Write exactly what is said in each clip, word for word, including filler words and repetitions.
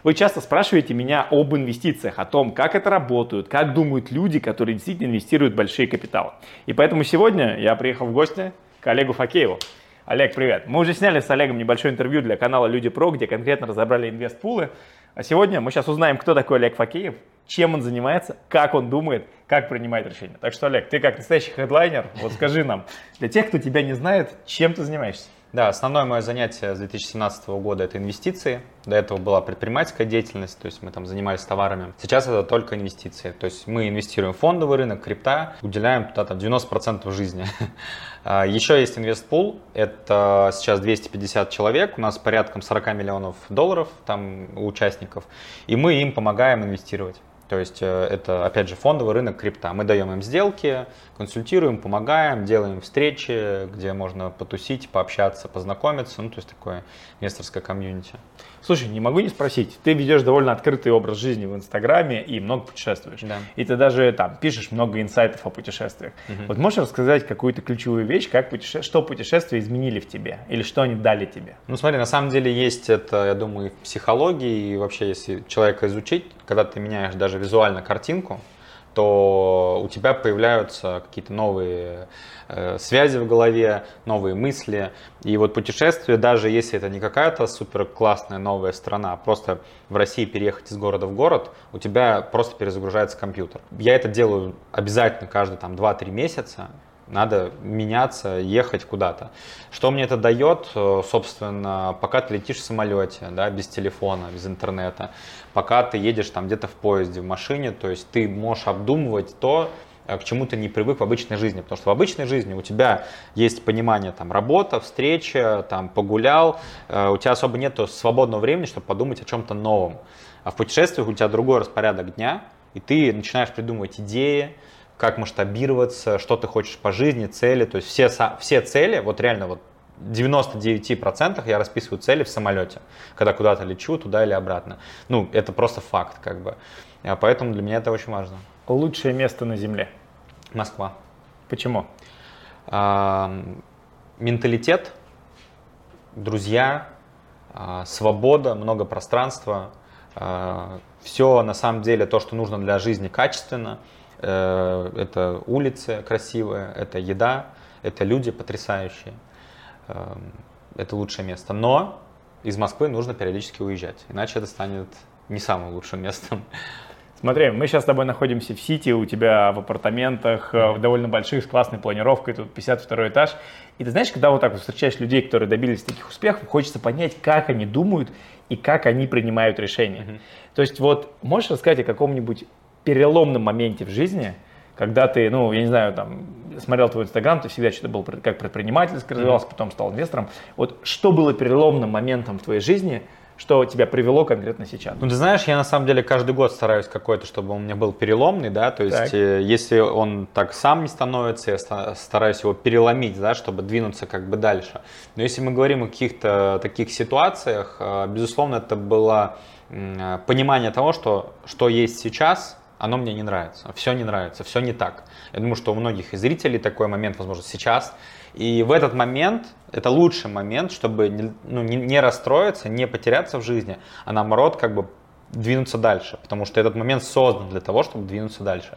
Вы часто спрашиваете меня об инвестициях, о том, как это работает, как думают люди, которые действительно инвестируют в большие капиталы. И поэтому сегодня я приехал в гости к Олегу Фокееву. Олег, привет. Мы уже сняли с Олегом небольшое интервью для канала Люди Про, где конкретно разобрали инвестпулы. А сегодня мы сейчас узнаем, кто такой Олег Фокеев, чем он занимается, как он думает, как принимает решения. Так что, Олег, ты как настоящий хедлайнер, вот скажи нам, для тех, кто тебя не знает, чем ты занимаешься? Да, основное мое занятие с две тысячи семнадцатого года – это инвестиции. До этого была предпринимательская деительность, то есть мы там занимались товарами. Сейчас это только инвестиции. То есть мы инвестируем в фондовый рынок, крипта, уделяем туда там девяносто процентов жизни. Еще есть инвестпул, это сейчас двести пятьдесят человек, у нас порядком сорок миллионов долларов там у участников, и мы им помогаем инвестировать. То есть это, опять же, фондовый рынок крипта. Мы даем им сделки, консультируем, помогаем, делаем встречи, где можно потусить, пообщаться, познакомиться. Ну, то есть такое инвесторское комьюнити. Слушай, не могу не спросить. Ты ведешь довольно открытый образ жизни в Инстаграме и много путешествуешь. Да. И ты даже там пишешь много инсайтов о путешествиях. Угу. Вот можешь рассказать какую-то ключевую вещь, как путеше... что путешествия изменили в тебе? Или что они дали тебе? Ну, смотри, на самом деле есть это, я думаю, и в психологии, и вообще, если человека изучить, когда ты меняешь даже визуально картинку, то у тебя появляются какие-то новые э, связи в голове, новые мысли. И вот путешествие, даже если это не какая-то супер классная новая страна, просто в России переехать из города в город, у тебя просто перезагружается компьютер. Я это делаю обязательно каждые там два-три месяца. Надо меняться, ехать куда-то. Что мне это дает? Собственно, пока ты летишь в самолете, да, без телефона, без интернета, пока ты едешь там где-то в поезде, в машине, то есть ты можешь обдумывать то, к чему ты не привык в обычной жизни. Потому что в обычной жизни у тебя есть понимание, там, работа, встреча, там, погулял, у тебя особо нет свободного времени, чтобы подумать о чем-то новом. А в путешествиях у тебя другой распорядок дня, и ты начинаешь придумывать идеи, как масштабироваться, что ты хочешь по жизни, цели. То есть все, все цели, вот реально вот девяносто девять процентов я расписываю цели в самолете, когда куда-то лечу, туда или обратно. Ну, это просто факт, как бы. Поэтому для меня это очень важно. Лучшее место на Земле? Москва. Почему? А, менталитет, друзья, а, свобода, много пространства. А, все на самом деле то, что нужно для жизни качественно. Это улицы красивые, это еда, это люди потрясающие. Это лучшее место. Но из Москвы нужно периодически уезжать, иначе это станет не самым лучшим местом. Смотри, мы сейчас с тобой находимся в Сити, у тебя в апартаментах, в довольно больших, с классной планировкой, тут пятьдесят второй этаж. И ты знаешь, когда вот так вот встречаешь людей, которые добились таких успехов, хочется понять, как они думают и как они принимают решения. Mm-hmm. То есть вот можешь рассказать о каком-нибудь переломном моменте в жизни, когда ты, ну, я не знаю, там, смотрел твой Инстаграм, ты всегда что-то был как предпринимательский, развивался, потом стал инвестором. Вот что было переломным моментом в твоей жизни, что тебя привело конкретно сейчас? Ну, ты знаешь, я на самом деле каждый год стараюсь какой-то, чтобы он у меня был переломный, да, то есть так. Если он так сам не становится, я стараюсь его переломить, да, чтобы двинуться как бы дальше. Но если мы говорим о каких-то таких ситуациях, безусловно, это было понимание того, что, что есть сейчас, оно мне не нравится, все не нравится, все не так. Я думаю, что у многих и зрителей такой момент, возможно, сейчас. И в этот момент, это лучший момент, чтобы не, ну, не, не расстроиться, не потеряться в жизни, а наоборот, как бы двинуться дальше. Потому что этот момент создан для того, чтобы двинуться дальше.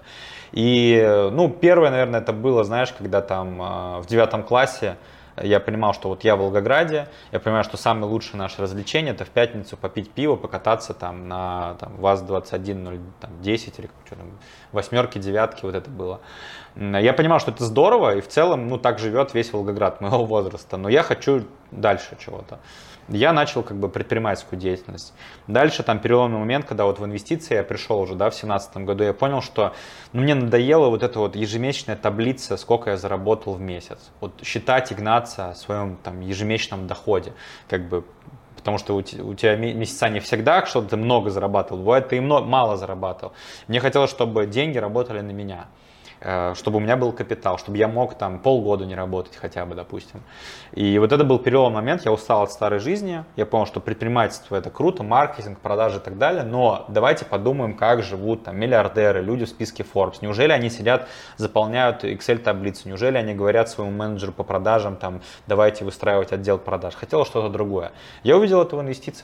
И, ну, первое, наверное, это было, знаешь, когда там в девятом классе я понимал, что вот я в Волгограде, я понимаю, что самое лучшее наше развлечение — это в пятницу попить пиво, покататься там на там, ВАЗ двадцать один ноль десять или что там, восьмерки, девятки, вот это было. Я понимал, что это здорово, и в целом, ну, так живет весь Волгоград моего возраста, но я хочу дальше чего-то. Я начал как бы предпринимательскую деятельность. Дальше там переломный момент, когда вот в инвестиции я пришел уже, да, в семнадцатом году, я понял, что ну, мне надоела вот эта вот ежемесячная таблица, сколько я заработал в месяц. Вот считать и гнаться о своем там ежемесячном доходе, как бы, потому что у тебя месяца не всегда что-то ты много зарабатывал, бывает ты и много, мало зарабатывал. Мне хотелось, чтобы деньги работали на меня, чтобы у меня был капитал, чтобы я мог там полгода не работать хотя бы, допустим. И вот это был переломный момент, я устал от старой жизни, я понял, что предпринимательство это круто, маркетинг, продажи и так далее, но давайте подумаем, как живут там миллиардеры, люди в списке Forbes. Неужели они сидят, заполняют Excel-таблицу, неужели они говорят своему менеджеру по продажам, там, давайте выстраивать отдел продаж. Хотел что-то другое. Я увидел это в инвестициях.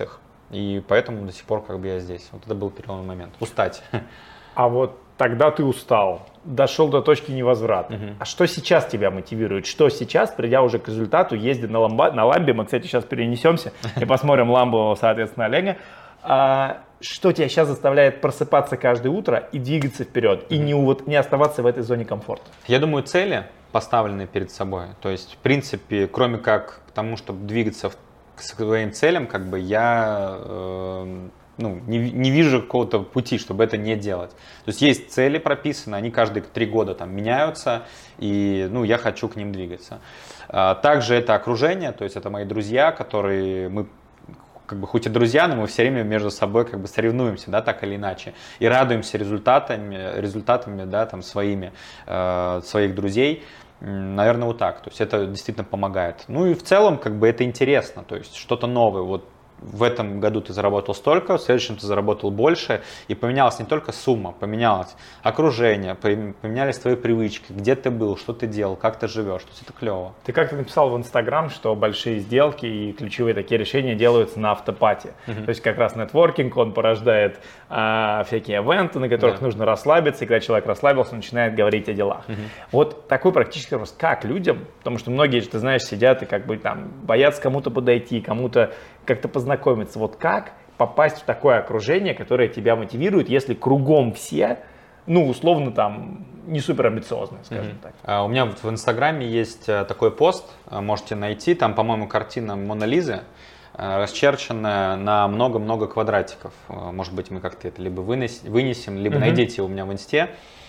И поэтому до сих пор как бы я здесь. Вот это был переломный момент. Устать. А вот тогда ты устал, дошел до точки невозврата. Угу. А что сейчас тебя мотивирует? Что сейчас, придя уже к результату, ездя на, ламба, на ламбе, мы, кстати, сейчас перенесемся и посмотрим ламбу, соответственно, Олега. А, что тебя сейчас заставляет просыпаться каждое утро и двигаться вперед, и не, вот, не оставаться в этой зоне комфорта? Я думаю, цели, поставленные перед собой. То есть, в принципе, кроме как к тому, чтобы двигаться к своим целям, как бы я... Э, Ну, не, не вижу какого-то пути, чтобы это не делать. То есть есть цели прописаны, они каждые три года там меняются, и ну, я хочу к ним двигаться. Также это окружение, то есть это мои друзья, которые мы, как бы, хоть и друзья, но мы все время между собой как бы соревнуемся, да, так или иначе, и радуемся результатами, результатами, да, там, своими, э, своих друзей. Наверное, вот так. То есть это действительно помогает. Ну и в целом, как бы, это интересно, то есть что-то новое. Вот в этом году ты заработал столько, в следующем ты заработал больше, и поменялась не только сумма, поменялось окружение, поменялись твои привычки, где ты был, что ты делал, как ты живешь, то есть это клево. Ты как-то написал в Инстаграм, что большие сделки и ключевые такие решения делаются на автопате. Uh-huh. То есть как раз нетворкинг, он порождает а, всякие ивенты, на которых yeah. нужно расслабиться, и когда человек расслабился, он начинает говорить о делах. Uh-huh. Вот такой практический вопрос, как людям, потому что многие, ты знаешь, сидят и как бы там боятся кому-то подойти, кому-то как-то познакомиться. Вот как попасть в такое окружение, которое тебя мотивирует, если кругом все, ну, условно, там, не супер амбициозные, скажем mm-hmm. так. А, у меня в Инстаграме есть такой пост, можете найти, там, по-моему, картина Моны Лизы, расчерченная на много-много квадратиков. Может быть, мы как-то это либо вынесем, либо mm-hmm. найдите у меня в Инсте.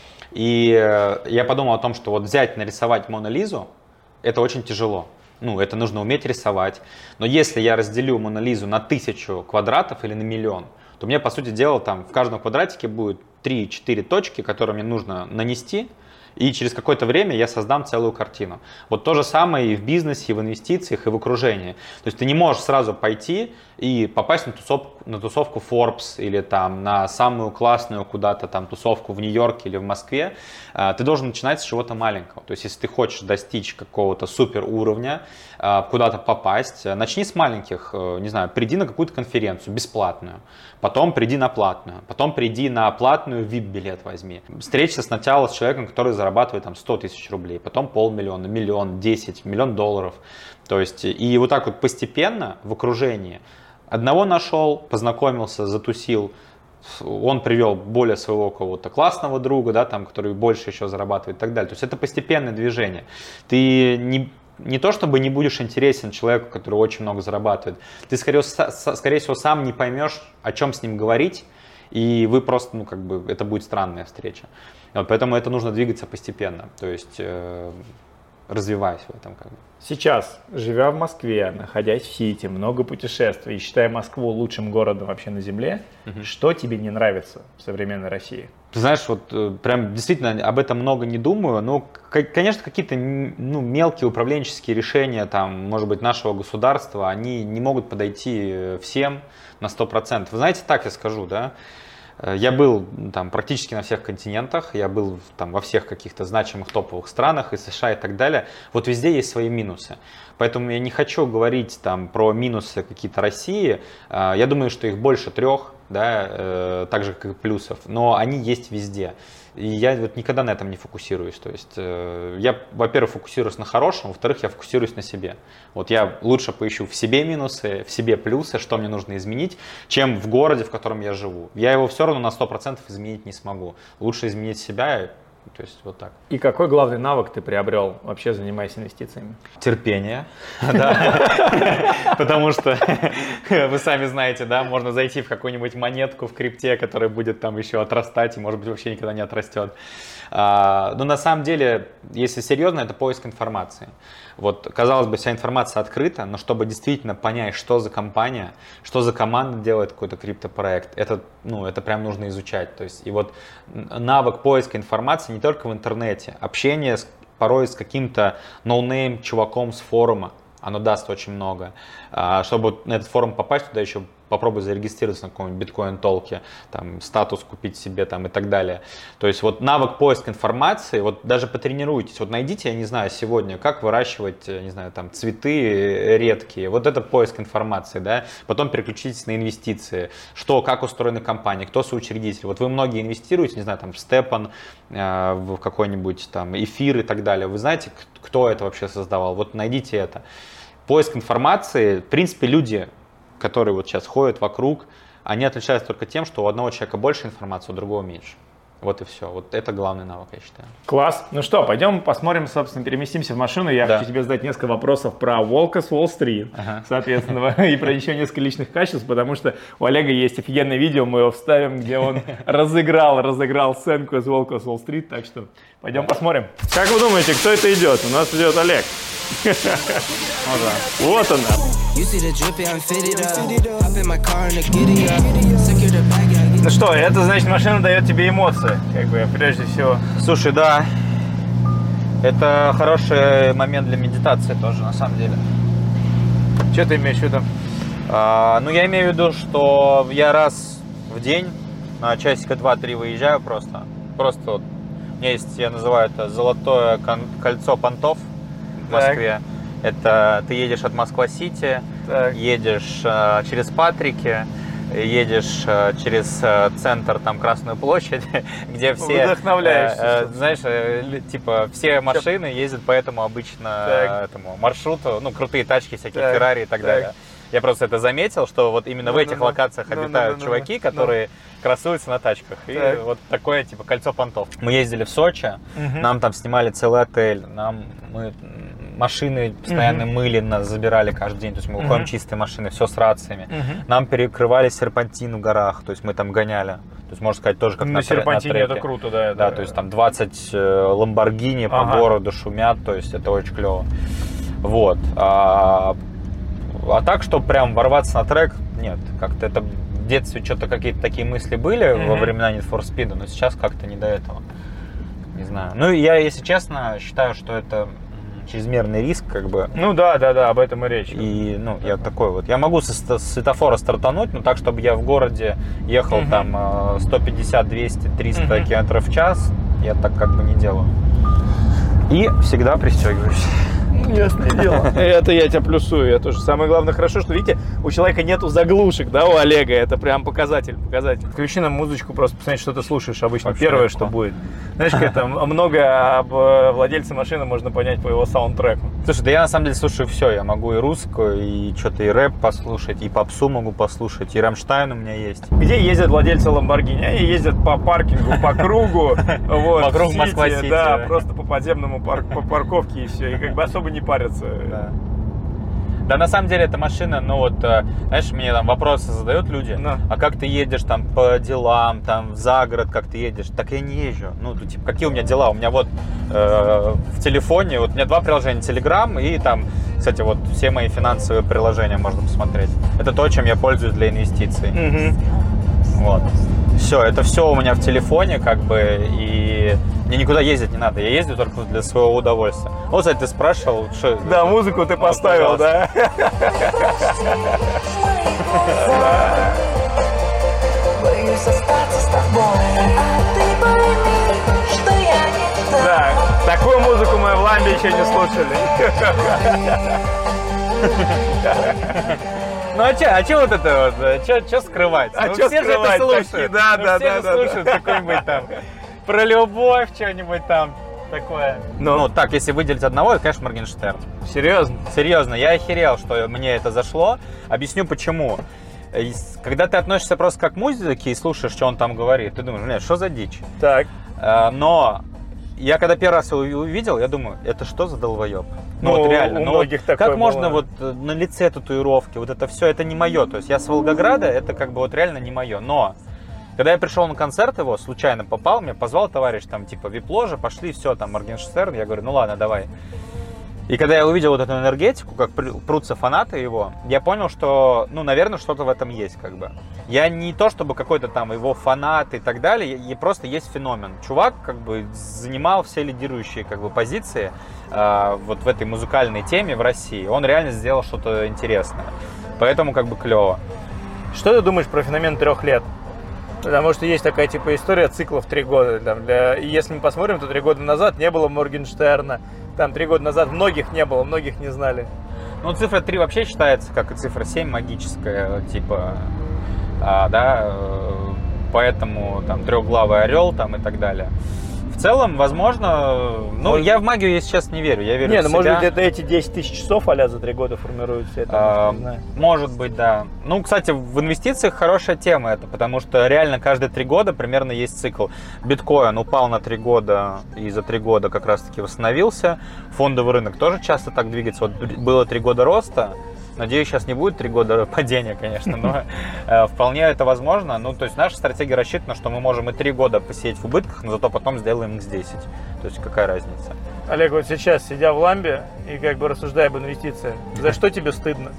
И я подумал о том, что вот взять, нарисовать Мону Лизу, это очень тяжело. Ну, это нужно уметь рисовать. Но если я разделю Мону Лизу на тысячу квадратов или на миллион, то мне, по сути дела, там в каждом квадратике будет три-четыре точки, которые мне нужно нанести, и через какое-то время я создам целую картину. Вот то же самое и в бизнесе, и в инвестициях, и в окружении. То есть ты не можешь сразу пойти и попасть на тусовку, на тусовку Forbes или там на самую классную куда-то там тусовку в Нью-Йорке или в Москве. Ты должен начинать с чего-то маленького. То есть если ты хочешь достичь какого-то супер уровня, куда-то попасть, начни с маленьких, не знаю, приди на какую-то конференцию бесплатную, потом приди на платную, потом приди на платную ви ай пи-билет возьми. Встреться сначала с человеком, который зарабатывает там сто тысяч рублей, потом полмиллиона, миллион, десять, миллион долларов. То есть и вот так вот постепенно в окружении одного нашел, познакомился, затусил, он привел более своего кого-то классного друга, да, там, который больше еще зарабатывает и так далее. То есть это постепенное движение. Ты не Не то чтобы не будешь интересен человеку, который очень много зарабатывает, ты, скорее, скорее всего, сам не поймешь, о чем с ним говорить, и вы просто, ну, как бы, это будет странная встреча. Вот, поэтому это нужно двигаться постепенно, то есть э, развиваясь в этом. Как бы. Сейчас, живя в Москве, находясь в Сити, много путешествий, считая Москву лучшим городом вообще на Земле, угу. что тебе не нравится в современной России? Ты знаешь, вот прям действительно об этом много не думаю, но, конечно, какие-то ну, мелкие управленческие решения, там, может быть, нашего государства, они не могут подойти всем на сто процентов. Вы знаете, так я скажу, да, я был там практически на всех континентах, я был там во всех каких-то значимых топовых странах, и США и так далее. Вот везде есть свои минусы. Поэтому я не хочу говорить там про минусы какие-то России. Я думаю, что их больше трех, да, так же как и плюсов, но они есть везде. И я вот никогда на этом не фокусируюсь. То есть я, во-первых, фокусируюсь на хорошем, во-вторых, я фокусируюсь на себе. Вот я лучше поищу в себе минусы, в себе плюсы, что мне нужно изменить, чем в городе, в котором я живу. Я его все равно на сто процентов изменить не смогу. Лучше изменить себя. То есть вот так. И какой главный навык ты приобрел, вообще занимаясь инвестициями? Терпение. Потому что вы сами знаете, да, можно зайти в какую-нибудь монетку в крипте, которая будет там еще отрастать и, может быть, вообще никогда не отрастет. Но на самом деле, если серьезно, это поиск информации. Вот, казалось бы, вся информация открыта, но чтобы действительно понять, что за компания, что за команда делает какой-то криптопроект, это, ну, это прям нужно изучать. То есть, и вот навык поиска информации не только в интернете, общение с, порой с каким-то ноунейм чуваком с форума, оно даст очень много. Чтобы на этот форум попасть, туда еще попробуй зарегистрироваться на каком-нибудь биткоин-толке, там, статус купить себе там и так далее. То есть вот навык поиска информации, вот даже потренируйтесь, вот найдите, я не знаю, сегодня, как выращивать, не знаю, там, цветы редкие, вот это поиск информации, да, потом переключитесь на инвестиции, что, как устроена компания, кто соучредитель. Вот вы многие инвестируете, не знаю, там, в Степан, э, в какой-нибудь там эфир и так далее. Вы знаете, кто это вообще создавал? Вот найдите это. Поиск информации, в принципе, люди, которые вот сейчас ходят вокруг, они отличаются только тем, что у одного человека больше информации, у другого меньше. Вот и все. Вот это главный навык, я считаю. Класс. Ну что, пойдем посмотрим, собственно, переместимся в машину. Я да. хочу тебе задать несколько вопросов про Волка с Уолл-стрит, ага. соответственно, и про еще несколько личных качеств, потому что у Олега есть офигенное видео, мы его вставим, где он разыграл, разыграл сценку из Волка с Уолл-стрит, так что пойдем посмотрим. Как вы думаете, кто это идет? У нас идет Олег. Вот она. Ну что, это значит, машина дает тебе эмоции, как бы, прежде всего. Слушай, да, это хороший момент для медитации тоже, на самом деле. Что ты имеешь в виду? А, ну, я имею в виду, что я раз в день на часика два-три выезжаю просто. Просто вот, у меня есть, я называю это золотое кольцо понтов в Москве. Так. Это ты едешь от Москва-Сити, едешь а, через Патрики, едешь э, через э, центр, там, Красную площадь, где все, вдохновляешься, э, э, знаешь, э, типа, все машины ездят по этому обычно э, этому маршруту, ну, крутые тачки, всякие так, Феррари и так, так далее. Я просто это заметил, что вот именно ну, в этих ну, локациях ну, обитают ну, чуваки, ну, которые ну. красуются на тачках. И так. вот такое, типа, кольцо понтов. Мы ездили в Сочи, угу. нам там снимали целый отель, нам мы машины постоянно uh-huh. мыли, нас забирали каждый день, то есть мы uh-huh. уходим чистые машины, все с рациями. Uh-huh. Нам перекрывали серпантин в горах, то есть мы там гоняли. То есть, можно сказать, тоже как на, на серпантине, на треке. Это круто, да. Да, это... то есть там двадцать ламборгини ага. по городу шумят, то есть это очень клево. Вот. А, а так, что прям ворваться на трек, нет. Как-то это в детстве что-то какие-то такие мысли были uh-huh. во времена Need for Speed, но сейчас как-то не до этого. Не знаю. Ну, я, если честно, считаю, что это чрезмерный риск, как бы. Ну да, да, да, об этом и речь. И, ну, я такой вот. Я могу со светофора стартануть, но так, чтобы я в городе ехал uh-huh. там сто пятьдесят, двести, триста uh-huh. километров в час, я так как бы не делаю. И всегда пристегиваюсь. Ясное дело. Это я тебя плюсую, я тоже. Самое главное, хорошо, что, видите, у человека нету заглушек, да, у Олега. Это прям показатель, показатель. Включи нам музычку, просто посмотри, что ты слушаешь обычно. Вообще первое, легко. Что будет. Знаешь, как это, много об владельце машины можно понять по его саундтреку. Слушай, да я на самом деле слушаю все. Я могу и русскую, и что-то и рэп послушать, и попсу могу послушать, и Рамштайн у меня есть. Где ездят владельцы Lamborghini? Они ездят по паркингу, по кругу. По кругу Москва-Сити. Да, просто по подземному парковке и все. И как бы особо не парятся. Да. Да, на самом деле эта машина, ну вот, знаешь, мне там вопросы задают люди, no. а как ты едешь там по делам, там за город, как ты едешь? Так я не езжу. Ну, типа, какие у меня дела? У меня вот э, в телефоне, вот у меня два приложения, Telegram и там, кстати, вот все мои финансовые приложения можно посмотреть. Это то, чем я пользуюсь для инвестиций. Mm-hmm. Вот. Все, это все у меня в телефоне, как бы, и мне никуда ездить не надо. Я ездю только для своего удовольствия. Вот, кстати, ты спрашивал, что... Да, музыку ты поставил, да? Да, такую музыку мы в Ламбе еще не слушали. Ну а че, а че вот это вот, че, че скрывать? А ну, че все скрывать? же это слушают. Да, ну, да, все да, же да, слушают да. какой-нибудь там про любовь, что-нибудь там такое. Ну. ну так, если выделить одного, это, конечно, Моргенштерн. Серьезно? Серьезно, я охерел, что мне это зашло. Объясню почему. Когда ты относишься просто как к музыке и слушаешь, что он там говорит, ты думаешь, блядь, что за дичь? Так. Но я когда первый раз его увидел, я думаю, это что за долбоеб? Ну, ну вот реально, у ну, многих вот, такое как можно было. Вот на лице татуировки, вот это все, это не мое. То есть я с Волгограда, это как бы вот реально не мое. Но когда я пришел на концерт его, случайно попал, меня позвал товарищ, там типа вип-ложа, пошли, все, там Моргенштерн, я говорю, ну ладно, давай. И когда я увидел вот эту энергетику, как прутся фанаты его, я понял, что, ну, наверное, что-то в этом есть, как бы. Я не то, чтобы какой-то там его фанат и так далее, и просто есть феномен. Чувак, как бы, занимал все лидирующие, как бы, позиции э, вот в этой музыкальной теме в России. Он реально сделал что-то интересное. Поэтому, как бы, клево. Что ты думаешь про феномен трех лет? Потому что есть такая типа история циклов три года. Там, для... И если мы посмотрим, то три года назад не было Моргенштерна. Там три года назад многих не было, многих не знали. Ну, цифра три вообще считается, как и цифра семь, магическая, типа, а, да, поэтому там трехглавый орел там и так далее. В целом, возможно, ну, может... я в магию, если честно, не верю. Я верю не, в ну, себя. может быть, это эти десять тысяч часов а-ля за три года формируются, это а, не знаю. Может быть, да. Ну, кстати, в инвестициях хорошая тема это, потому что реально каждые три года примерно есть цикл. Биткоин упал на три года и за три года как раз-таки восстановился. Фондовый рынок тоже часто так двигается. Вот было три года роста. Надеюсь, сейчас не будет три года падения, конечно, но э, вполне это возможно. Ну, то есть наша стратегия рассчитана, что мы можем и три года посидеть в убытках, но зато потом сделаем икс десять. То есть какая разница? Олег, вот сейчас, сидя в Ламбе и как бы рассуждая об инвестициях, за что тебе стыдно?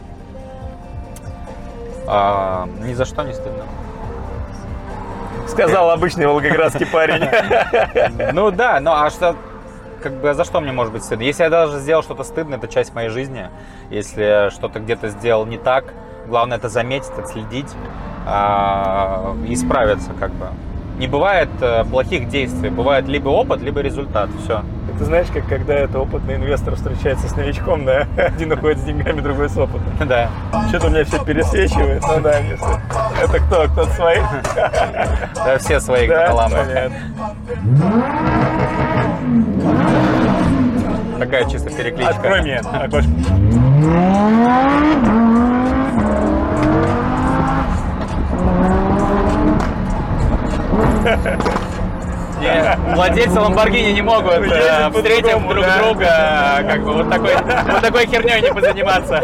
А, ни за что не стыдно. Сказал обычный волгоградский парень. Ну да, ну а что... Как бы, за что мне может быть стыдно? Если я даже сделал что-то стыдное, это часть моей жизни. Если что-то где-то сделал не так, главное это заметить, отследить а, и справиться как бы. Не бывает а, плохих действий, бывает либо опыт, либо результат, все. Ты знаешь, как когда это опытный инвестор встречается с новичком, да? Один уходит с деньгами, другой с опытом. Да. Что-то у меня все пересвечивает, ну да, не все. Это кто? Кто-то своих? Да, все свои, да, на ламбах. Такая чисто перекличка. Открой мне окошко. Не, владельцы Ламборгини не могут, э, встретив друг да. друга, как бы вот такой, вот такой херней не позаниматься.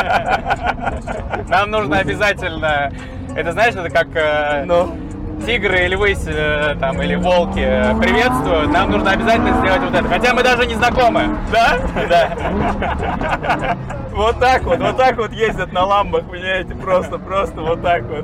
Нам нужно обязательно, это знаешь, это как э, ну? тигры или львы э, там, или волки приветствуют, нам нужно обязательно сделать вот это. Хотя мы даже не знакомы. Да? Да. Вот так вот, вот так вот ездят на ламбах, понимаете, просто, просто вот так вот.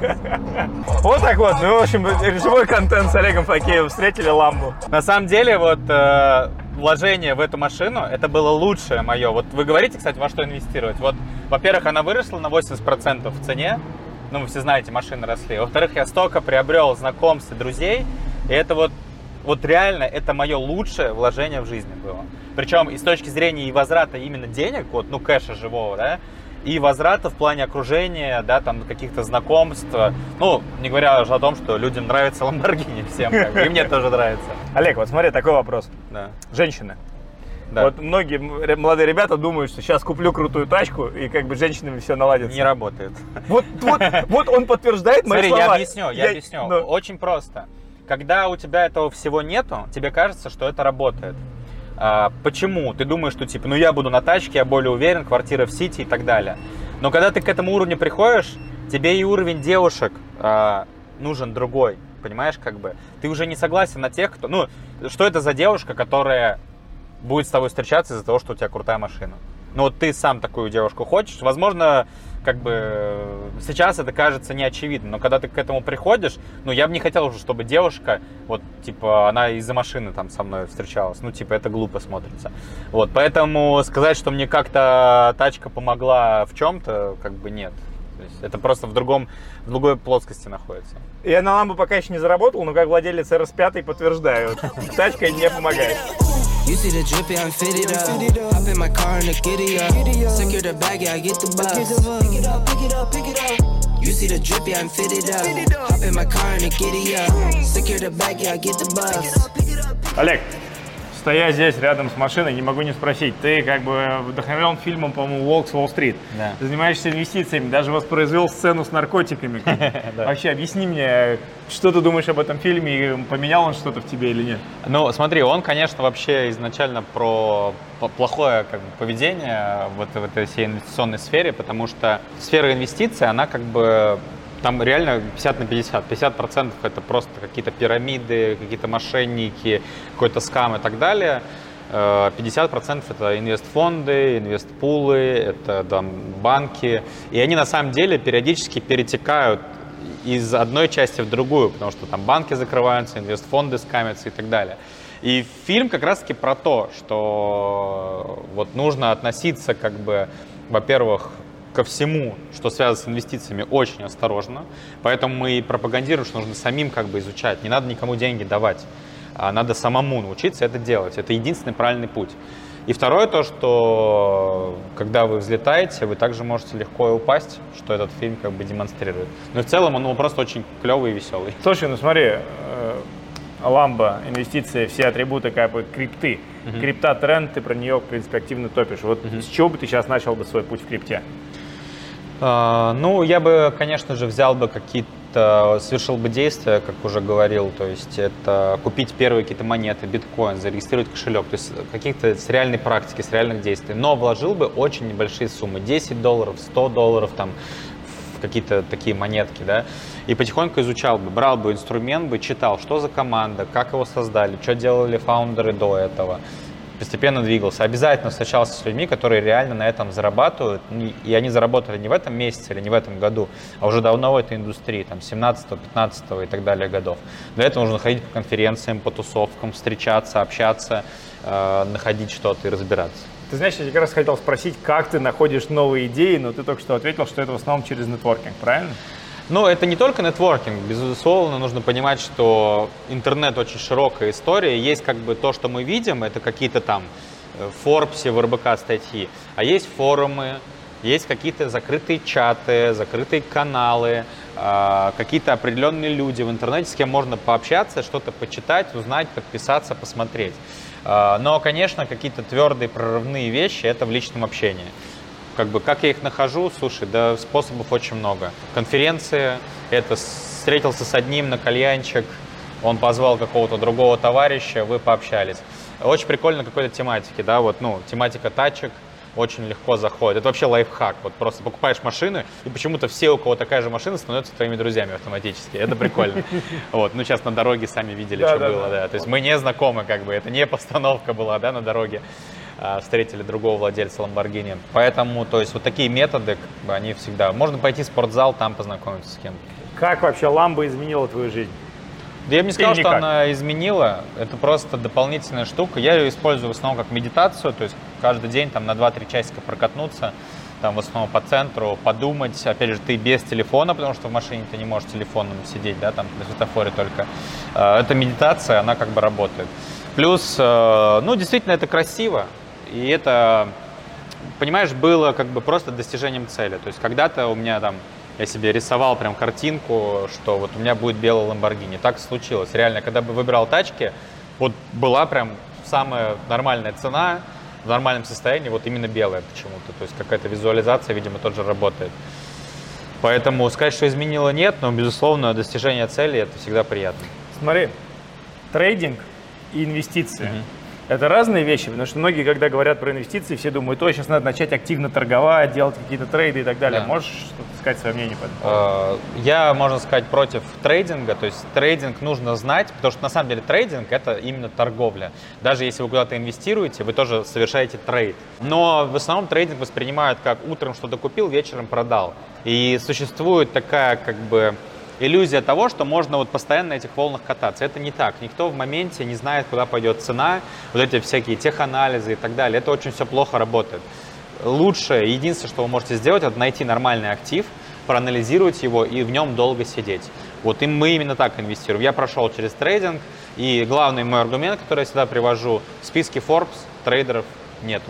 Вот так вот, ну, в общем, живой контент с Олегом Факеевым, встретили ламбу. На самом деле, вот, э, вложение в эту машину, это было лучшее мое. Вот вы говорите, кстати, во что инвестировать. Вот, во-первых, она выросла на восемьдесят процентов в цене. Ну, вы все знаете, машины росли. Во-вторых, я столько приобрел знакомств и друзей, и это вот, вот реально, это мое лучшее вложение в жизни было. Причем и с точки зрения и возврата именно денег, вот, ну, кэша живого, да, и возврата в плане окружения, да, там, каких-то знакомств. Ну, не говоря уже о том, что людям нравится Lamborghini всем, как бы, и мне тоже нравится. Олег, вот смотри, такой вопрос. Да. Женщины. Да. Вот многие молодые ребята думают, что сейчас куплю крутую тачку, и как бы женщинами все наладится. Не работает. Вот, вот, вот он подтверждает мои Смотри, слова. я объясню, я, я объясню. Но... Очень просто. Когда у тебя этого всего нету, тебе кажется, что это работает. А, почему? Ты думаешь, что типа, ну я буду на тачке, я более уверен, квартира в Сити и так далее. Но когда ты к этому уровню приходишь, тебе и уровень девушек а, нужен другой. Понимаешь, как бы? Ты уже не согласен на тех, кто... Ну, что это за девушка, которая будет с тобой встречаться из-за того, что у тебя крутая машина. Ну вот ты сам такую девушку хочешь, возможно, как бы сейчас это кажется неочевидным, но когда ты к этому приходишь, ну я бы не хотел уже, чтобы девушка, вот типа она из-за машины там со мной встречалась, ну типа это глупо смотрится. Вот, поэтому сказать, что мне как-то тачка помогла в чем-то, как бы нет. То есть это просто в другом, в другой плоскости находится. Я на ламбу пока еще не заработал, но как владелец эр эс пять подтверждаю, тачка не помогает. You see the drippy, I'm fitted up. Hop in my car and the giddy up. Secure the bag, yeah, I get the bus. Pick it up, pick it up, pick it up. You see the drippy, I'm fitted up. Hop in my car and the giddy up. Secure the bag, yeah, I get the bus. Олег, стоя здесь рядом с машиной, не могу не спросить, ты как бы вдохновлен фильмом, по-моему, «Волк с Уолл-стрит». Да. Ты занимаешься инвестициями, даже воспроизвел сцену с наркотиками. Вообще, объясни мне, что ты думаешь об этом фильме, и поменял он что-то в тебе или нет? Ну, смотри, он, конечно, вообще изначально про плохое как бы, поведение вот в этой всей инвестиционной сфере, потому что сфера инвестиций, она как бы... Там реально пятьдесят на пятьдесят. пятьдесят процентов это просто какие-то пирамиды, какие-то мошенники, какой-то скам и так далее. пятьдесят процентов это инвестфонды, инвестпулы, это там, банки. И они на самом деле периодически перетекают из одной части в другую, потому что там банки закрываются, инвестфонды скамятся и так далее. И фильм как раз-таки про то, что вот нужно относиться как бы, во-первых, ко всему, что связано с инвестициями, очень осторожно. Поэтому мы и пропагандируем, что нужно самим как бы изучать. Не надо никому деньги давать. А надо самому научиться это делать. Это единственный правильный путь. И второе то, что когда вы взлетаете, вы также можете легко и упасть, что этот фильм как бы демонстрирует. Но в целом он ну, просто очень клевый и веселый. Слушай, ну смотри, Ламбо, инвестиции, все атрибуты как бы крипты. Uh-huh. Крипта тренд, ты про нее, в принципе, активно топишь. Вот uh-huh. с чего бы ты сейчас начал бы свой путь в крипте? Uh, ну, я бы, конечно же, взял бы какие-то, совершил бы действия, как уже говорил, то есть это купить первые какие-то монеты, биткоин, зарегистрировать кошелек, то есть каких-то с реальной практики, с реальных действий, но вложил бы очень небольшие суммы, десять долларов, сто долларов, там, в какие-то такие монетки, да, и потихоньку изучал бы, брал бы инструмент, бы читал, что за команда, как его создали, что делали фаундеры до этого, постепенно двигался. Обязательно встречался с людьми, которые реально на этом зарабатывают, и они заработали не в этом месяце или не в этом году, а уже давно в этой индустрии, там, семнадцатого, пятнадцатого и так далее годов. Для этого нужно ходить по конференциям, по тусовкам, встречаться, общаться, э, находить что-то и разбираться. Ты знаешь, я как раз хотел спросить, как ты находишь новые идеи, но ты только что ответил, что это в основном через нетворкинг, правильно? Ну, это не только нетворкинг. Безусловно, нужно понимать, что интернет очень широкая история. Есть как бы то, что мы видим, это какие-то там в Forbes, в эр бэ ка статьи, а есть форумы, есть какие-то закрытые чаты, закрытые каналы, какие-то определенные люди в интернете, с кем можно пообщаться, что-то почитать, узнать, подписаться, посмотреть. Но, конечно, какие-то твердые прорывные вещи – это в личном общении. Как бы, как я их нахожу, слушай, да способов очень много. Конференции, это встретился с одним на кальянчик, он позвал какого-то другого товарища, вы пообщались. Очень прикольно какой-то тематики, да, вот, ну, тематика тачек очень легко заходит. Это вообще лайфхак, вот просто покупаешь машины, и почему-то все, у кого такая же машина, становятся твоими друзьями автоматически. Это прикольно. Вот, ну, сейчас на дороге сами видели, что было, да. То есть мы не знакомы, как бы, это не постановка была, да, на дороге. Встретили другого владельца Lamborghini. Поэтому, то есть, вот такие методы, как бы, они всегда... Можно пойти в спортзал, там познакомиться с кем-то. Как вообще Ламбо изменила твою жизнь? Да я бы не сказал, что она изменила. Это просто дополнительная штука. Я ее использую в основном как медитацию, то есть каждый день там на два-три часика прокатнуться, там в основном по центру, подумать. Опять же, ты без телефона, потому что в машине ты не можешь телефоном сидеть, да, там на светофоре только. Это медитация, она как бы работает. Плюс, ну, действительно, это красиво. И это, понимаешь, было как бы просто достижением цели. То есть когда-то у меня там, я себе рисовал прям картинку, что вот у меня будет белый Lamborghini. Так случилось. Реально, когда бы выбирал тачки, вот была прям самая нормальная цена, в нормальном состоянии, вот именно белая почему-то. То есть какая-то визуализация, видимо, тоже работает. Поэтому сказать, что изменило, нет, но, безусловно, достижение цели – это всегда приятно. Смотри, трейдинг и инвестиции. Mm-hmm. Это разные вещи, потому что многие, когда говорят про инвестиции, все думают, ой, сейчас надо начать активно торговать, делать какие-то трейды и так далее. Да. Можешь что-то сказать, свое мнение по этому? Я, можно сказать, против трейдинга. То есть трейдинг нужно знать, потому что на самом деле трейдинг – это именно торговля. Даже если вы куда-то инвестируете, вы тоже совершаете трейд. Но в основном трейдинг воспринимают как утром что-то купил, вечером продал. И существует такая как бы... иллюзия того, что можно вот постоянно на этих волнах кататься. Это не так. Никто в моменте не знает, куда пойдет цена, вот эти всякие теханализы и так далее. Это очень все плохо работает. Лучшее, единственное, что вы можете сделать, это найти нормальный актив, проанализировать его и в нем долго сидеть. Вот и мы именно так инвестируем. Я прошел через трейдинг, и главный мой аргумент, который я всегда привожу, в списке Forbes трейдеров нету,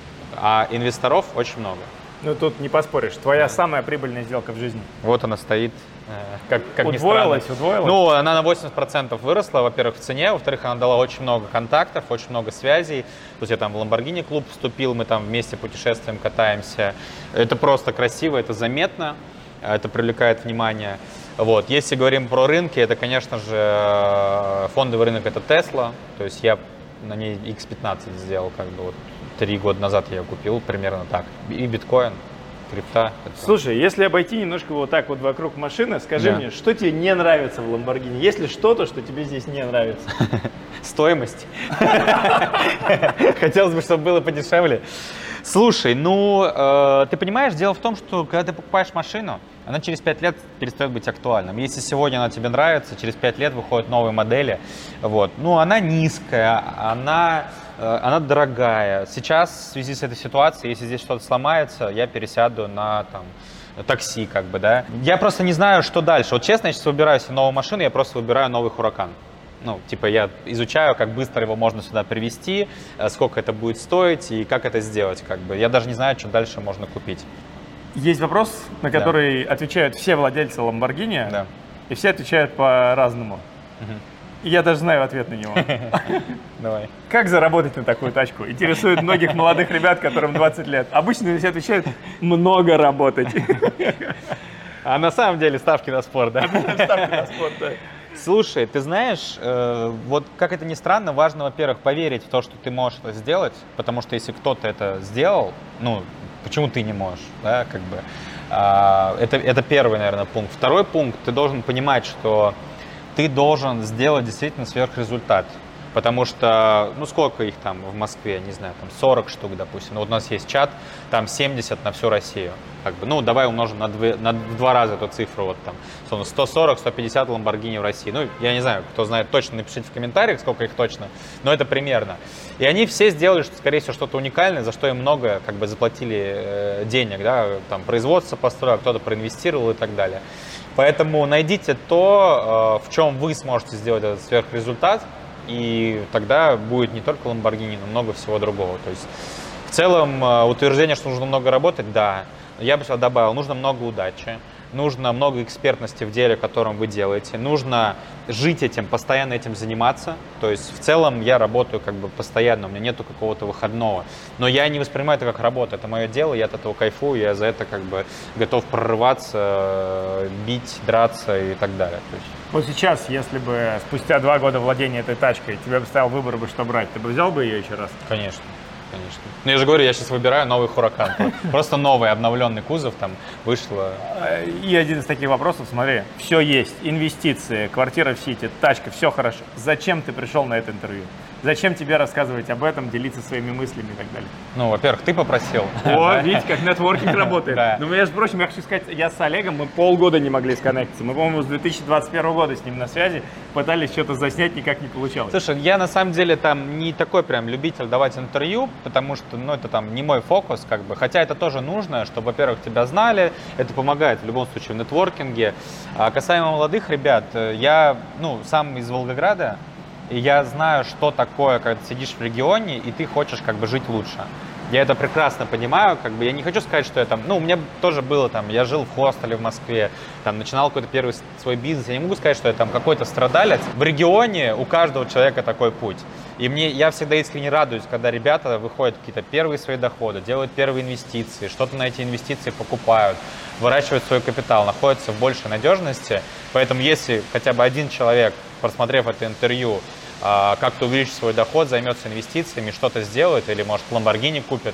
а инвесторов очень много. Ну тут не поспоришь. Твоя самая прибыльная сделка в жизни? Вот она стоит. Как, как удвоилась, удвоилась? Ну, она на восемьдесят процентов выросла, во-первых, в цене, во-вторых, она дала очень много контактов, очень много связей. То есть я там в Lamborghini клуб вступил, мы там вместе путешествуем, катаемся. Это просто красиво, это заметно, это привлекает внимание. Вот. Если говорим про рынки, это, конечно же, фондовый рынок – это Tesla. То есть я на ней икс пятнадцать сделал, как бы вот три года назад я ее купил, примерно так. И биткоин. Крипта. Слушай, если обойти немножко вот так вот вокруг машины, скажи да. мне, что тебе не нравится в Lamborghini? Есть ли что-то, что тебе здесь не нравится? Стоимость. Хотелось бы, чтобы было подешевле. Слушай, ну, э, ты понимаешь, дело в том, что когда ты покупаешь машину, она через пять лет перестает быть актуальным. Если сегодня она тебе нравится, через пять лет выходят новые модели. Вот. Ну, она низкая, она, э, она дорогая. Сейчас в связи с этой ситуацией, если здесь что-то сломается, я пересяду на там, такси, как бы, да. Я просто не знаю, что дальше. Вот честно, я сейчас выбираю себе новую машину, я просто выбираю новый Huracan. Ну, типа я изучаю, как быстро его можно сюда привезти, сколько это будет стоить и как это сделать, как бы. Я даже не знаю, что дальше можно купить. Есть вопрос, на который да. отвечают все владельцы Lamborghini, да. и все отвечают по-разному. Угу. И я даже знаю ответ на него. Давай. Как заработать на такую тачку? Интересует многих молодых ребят, которым двадцать лет. Обычно все отвечают: много работать. А на самом деле ставки на спорт, да? Ставки на спорт, да. Слушай, ты знаешь, э, вот как это ни странно, важно, во-первых, поверить в то, что ты можешь это сделать, потому что если кто-то это сделал, ну, почему ты не можешь, да, как бы. Э, это, это первый, наверное, пункт. Второй пункт, ты должен понимать, что ты должен сделать действительно сверхрезультат. Потому что, ну сколько их там в Москве, не знаю, там сорок штук, допустим. Ну, вот у нас есть чат, там семьдесят на всю Россию. Как бы, ну, давай умножим на, две, на в два раза эту цифру, вот там, сто сорок - сто пятьдесят Lamborghini в России. Ну, я не знаю, кто знает точно, напишите в комментариях, сколько их точно, но это примерно. И они все сделали, что, скорее всего, что-то уникальное, за что им много, как бы, заплатили э, денег, да, там, производство построил, кто-то проинвестировал и так далее. Поэтому найдите то, э, в чем вы сможете сделать этот сверхрезультат, и тогда будет не только Lamborghini, но много всего другого. То есть в целом утверждение, что нужно много работать, да. Я бы сюда добавил, нужно много удачи, нужно много экспертности в деле, котором вы делаете, нужно жить этим, постоянно этим заниматься. То есть в целом я работаю как бы постоянно, у меня нету какого-то выходного. Но я не воспринимаю это как работу, это мое дело, я от этого кайфую, я за это как бы готов прорываться, бить, драться и так далее. То есть... Вот сейчас, если бы спустя два года владения этой тачкой тебе бы стоял выбор, бы, что брать, ты бы взял бы ее еще раз? Конечно. Конечно. Ну, я же говорю, я сейчас выбираю новый Huracan. Просто новый, обновленный кузов там вышло. И один из таких вопросов, смотри, все есть, инвестиции, квартира в Сити, тачка, все хорошо. Зачем ты пришел на это интервью? Зачем тебе рассказывать об этом, делиться своими мыслями и так далее? Ну, во-первых, ты попросил. О, видите, как нетворкинг работает. Ну, между прочим, я хочу сказать, я с Олегом, мы полгода не могли сконнектиться. Мы, по-моему, с две тысячи двадцать первого года с ним на связи, пытались что-то заснять, никак не получалось. Слушай, я на самом деле там не такой прям любитель давать интервью, потому что, ну, это там не мой фокус, как бы. Хотя это тоже нужно, чтобы, во-первых, тебя знали, это помогает в любом случае в нетворкинге. А касаемо молодых ребят, я, ну, сам из Волгограда, и я знаю, что такое, когда ты сидишь в регионе, и ты хочешь как бы жить лучше. Я это прекрасно понимаю, как бы я не хочу сказать, что я там, ну, у меня тоже было там, я жил в хостеле в Москве, там, начинал какой-то первый свой бизнес, я не могу сказать, что я там какой-то страдалец. В регионе у каждого человека такой путь. И мне, я всегда искренне радуюсь, когда ребята выходят какие-то первые свои доходы, делают первые инвестиции, что-то на эти инвестиции покупают, выращивают свой капитал, находятся в большей надежности. Поэтому если хотя бы один человек, просмотрев это интервью, как-то увеличит свой доход, займется инвестициями, что-то сделает или, может, Lamborghini купит,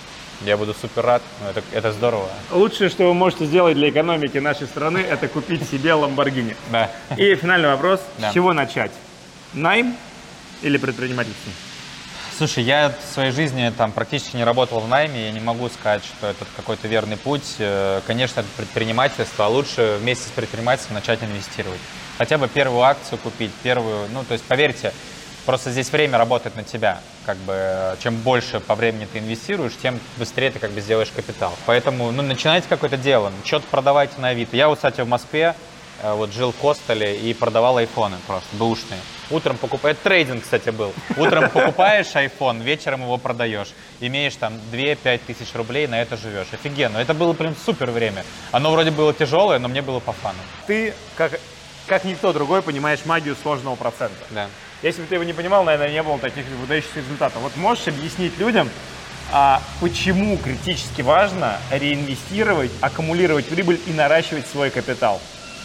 я буду супер рад, это, это здорово. Лучшее, что вы можете сделать для экономики нашей страны, это купить себе Lamborghini. Да. И финальный вопрос, да. С чего начать? Найм или предпринимательство? Слушай, я в своей жизни там практически не работал в найме, я не могу сказать, что это какой-то верный путь. Конечно, это предпринимательство, а лучше вместе с предпринимательством начать инвестировать. Хотя бы первую акцию купить, первую, ну, то есть, поверьте, просто здесь время работает на тебя. Как бы, чем больше по времени ты инвестируешь, тем быстрее ты как бы сделаешь капитал. Поэтому, ну, начинайте какое-то дело, что-то продавайте на Авито. Я вот, кстати, в Москве вот жил в хостеле и продавал айфоны просто, бэушные. Утром покупаешь, это трейдинг, кстати, был. Утром покупаешь iPhone, вечером его продаешь. Имеешь там две-пять тысяч рублей, на это живешь. Офигенно. Это было прям супер время. Оно вроде было тяжелое, но мне было по фану. Ты, как, как никто другой, понимаешь магию сложного процента. Да. Если бы ты его не понимал, наверное, не было таких выдающихся результатов. Вот можешь объяснить людям, а почему критически важно реинвестировать, аккумулировать прибыль и наращивать свой капитал?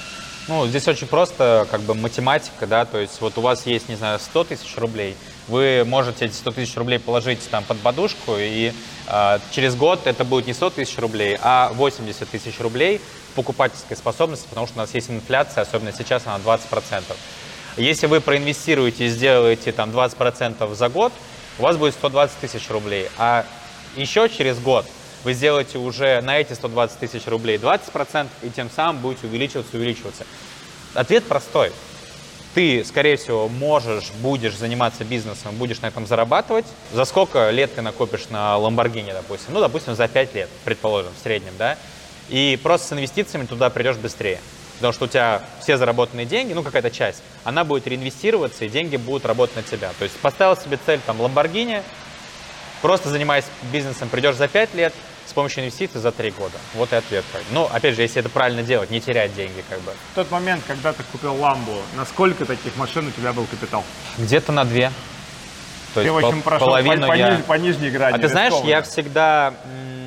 Ну, здесь очень просто, как бы, математика, да, то есть вот у вас есть, не знаю, сто тысяч рублей, вы можете эти сто тысяч рублей положить там под подушку, и э, через год это будет не сто тысяч рублей, а восемьдесят тысяч рублей покупательской способности, потому что у нас есть инфляция, особенно сейчас она двадцать процентов. Если вы проинвестируете и сделаете там двадцать процентов за год, у вас будет сто двадцать тысяч рублей, а еще через год вы сделаете уже на эти сто двадцать тысяч рублей двадцать процентов, и тем самым будете увеличиваться, увеличиваться. Ответ простой. Ты, скорее всего, можешь, будешь заниматься бизнесом, будешь на этом зарабатывать. За сколько лет ты накопишь на Lamborghini, допустим? Ну, допустим, за пять лет, предположим, в среднем, да? И просто с инвестициями туда придешь быстрее. Потому что у тебя все заработанные деньги, ну, какая-то часть, она будет реинвестироваться, и деньги будут работать на тебя. То есть поставил себе цель, там, Lamborghini, просто занимаясь бизнесом, придешь за пять лет, с помощью инвестиций за три года. Вот и ответ. Ну, опять же, если это правильно делать, не терять деньги, как бы. В тот момент, когда ты купил Ламбу, на сколько таких машин у тебя был капитал? Где-то на две. То ты, есть, в общем, по, прошел половину по, я... по, по нижней грани. А ты знаешь, рискованно. я всегда...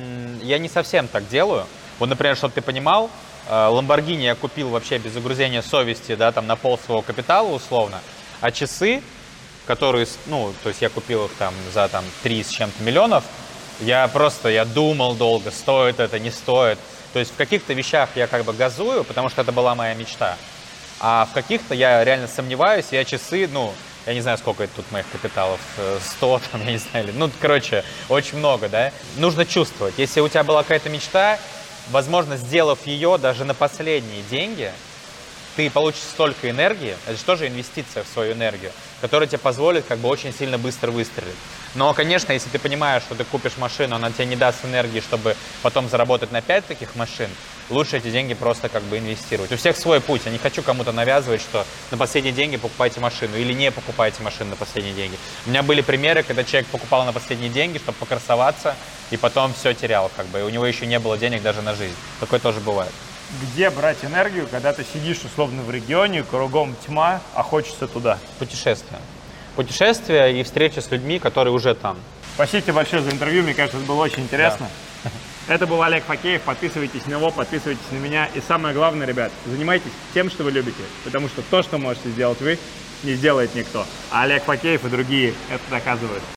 Я не совсем так делаю. Вот, например, чтобы ты понимал, Lamborghini я купил вообще без загрузения совести, да, там на пол своего капитала условно, а часы, которые, ну, то есть я купил их там за там три с чем-то миллионов, я просто, я думал долго, стоит это, не стоит. То есть в каких-то вещах я как бы газую, потому что это была моя мечта. А в каких-то я реально сомневаюсь, я часы, ну, я не знаю, сколько это тут моих капиталов, сто, там, я не знаю, ну, короче, очень много, да. Нужно чувствовать. Если у тебя была какая-то мечта, возможно, сделав ее даже на последние деньги, ты получишь столько энергии, это же тоже инвестиция в свою энергию, которая тебе позволит как бы очень сильно быстро выстрелить. Но, конечно, если ты понимаешь, что ты купишь машину, она тебе не даст энергии, чтобы потом заработать на пять таких машин, лучше эти деньги просто как бы инвестировать. У всех свой путь. Я не хочу кому-то навязывать, что на последние деньги покупайте машину или не покупайте машину на последние деньги. У меня были примеры, когда человек покупал на последние деньги, чтобы покрасоваться, и потом все терял, как бы, и у него еще не было денег даже на жизнь. Такое тоже бывает. Где брать энергию, когда ты сидишь условно в регионе, кругом тьма, а хочется туда? Путешествия. Путешествия и встречи с людьми, которые уже там. Спасибо тебе большое за интервью, мне кажется, это было очень интересно. Да. Это был Олег Факеев, подписывайтесь на него, подписывайтесь на меня. И самое главное, ребят, занимайтесь тем, что вы любите, потому что то, что можете сделать вы, не сделает никто. А Олег Факеев и другие это доказывают.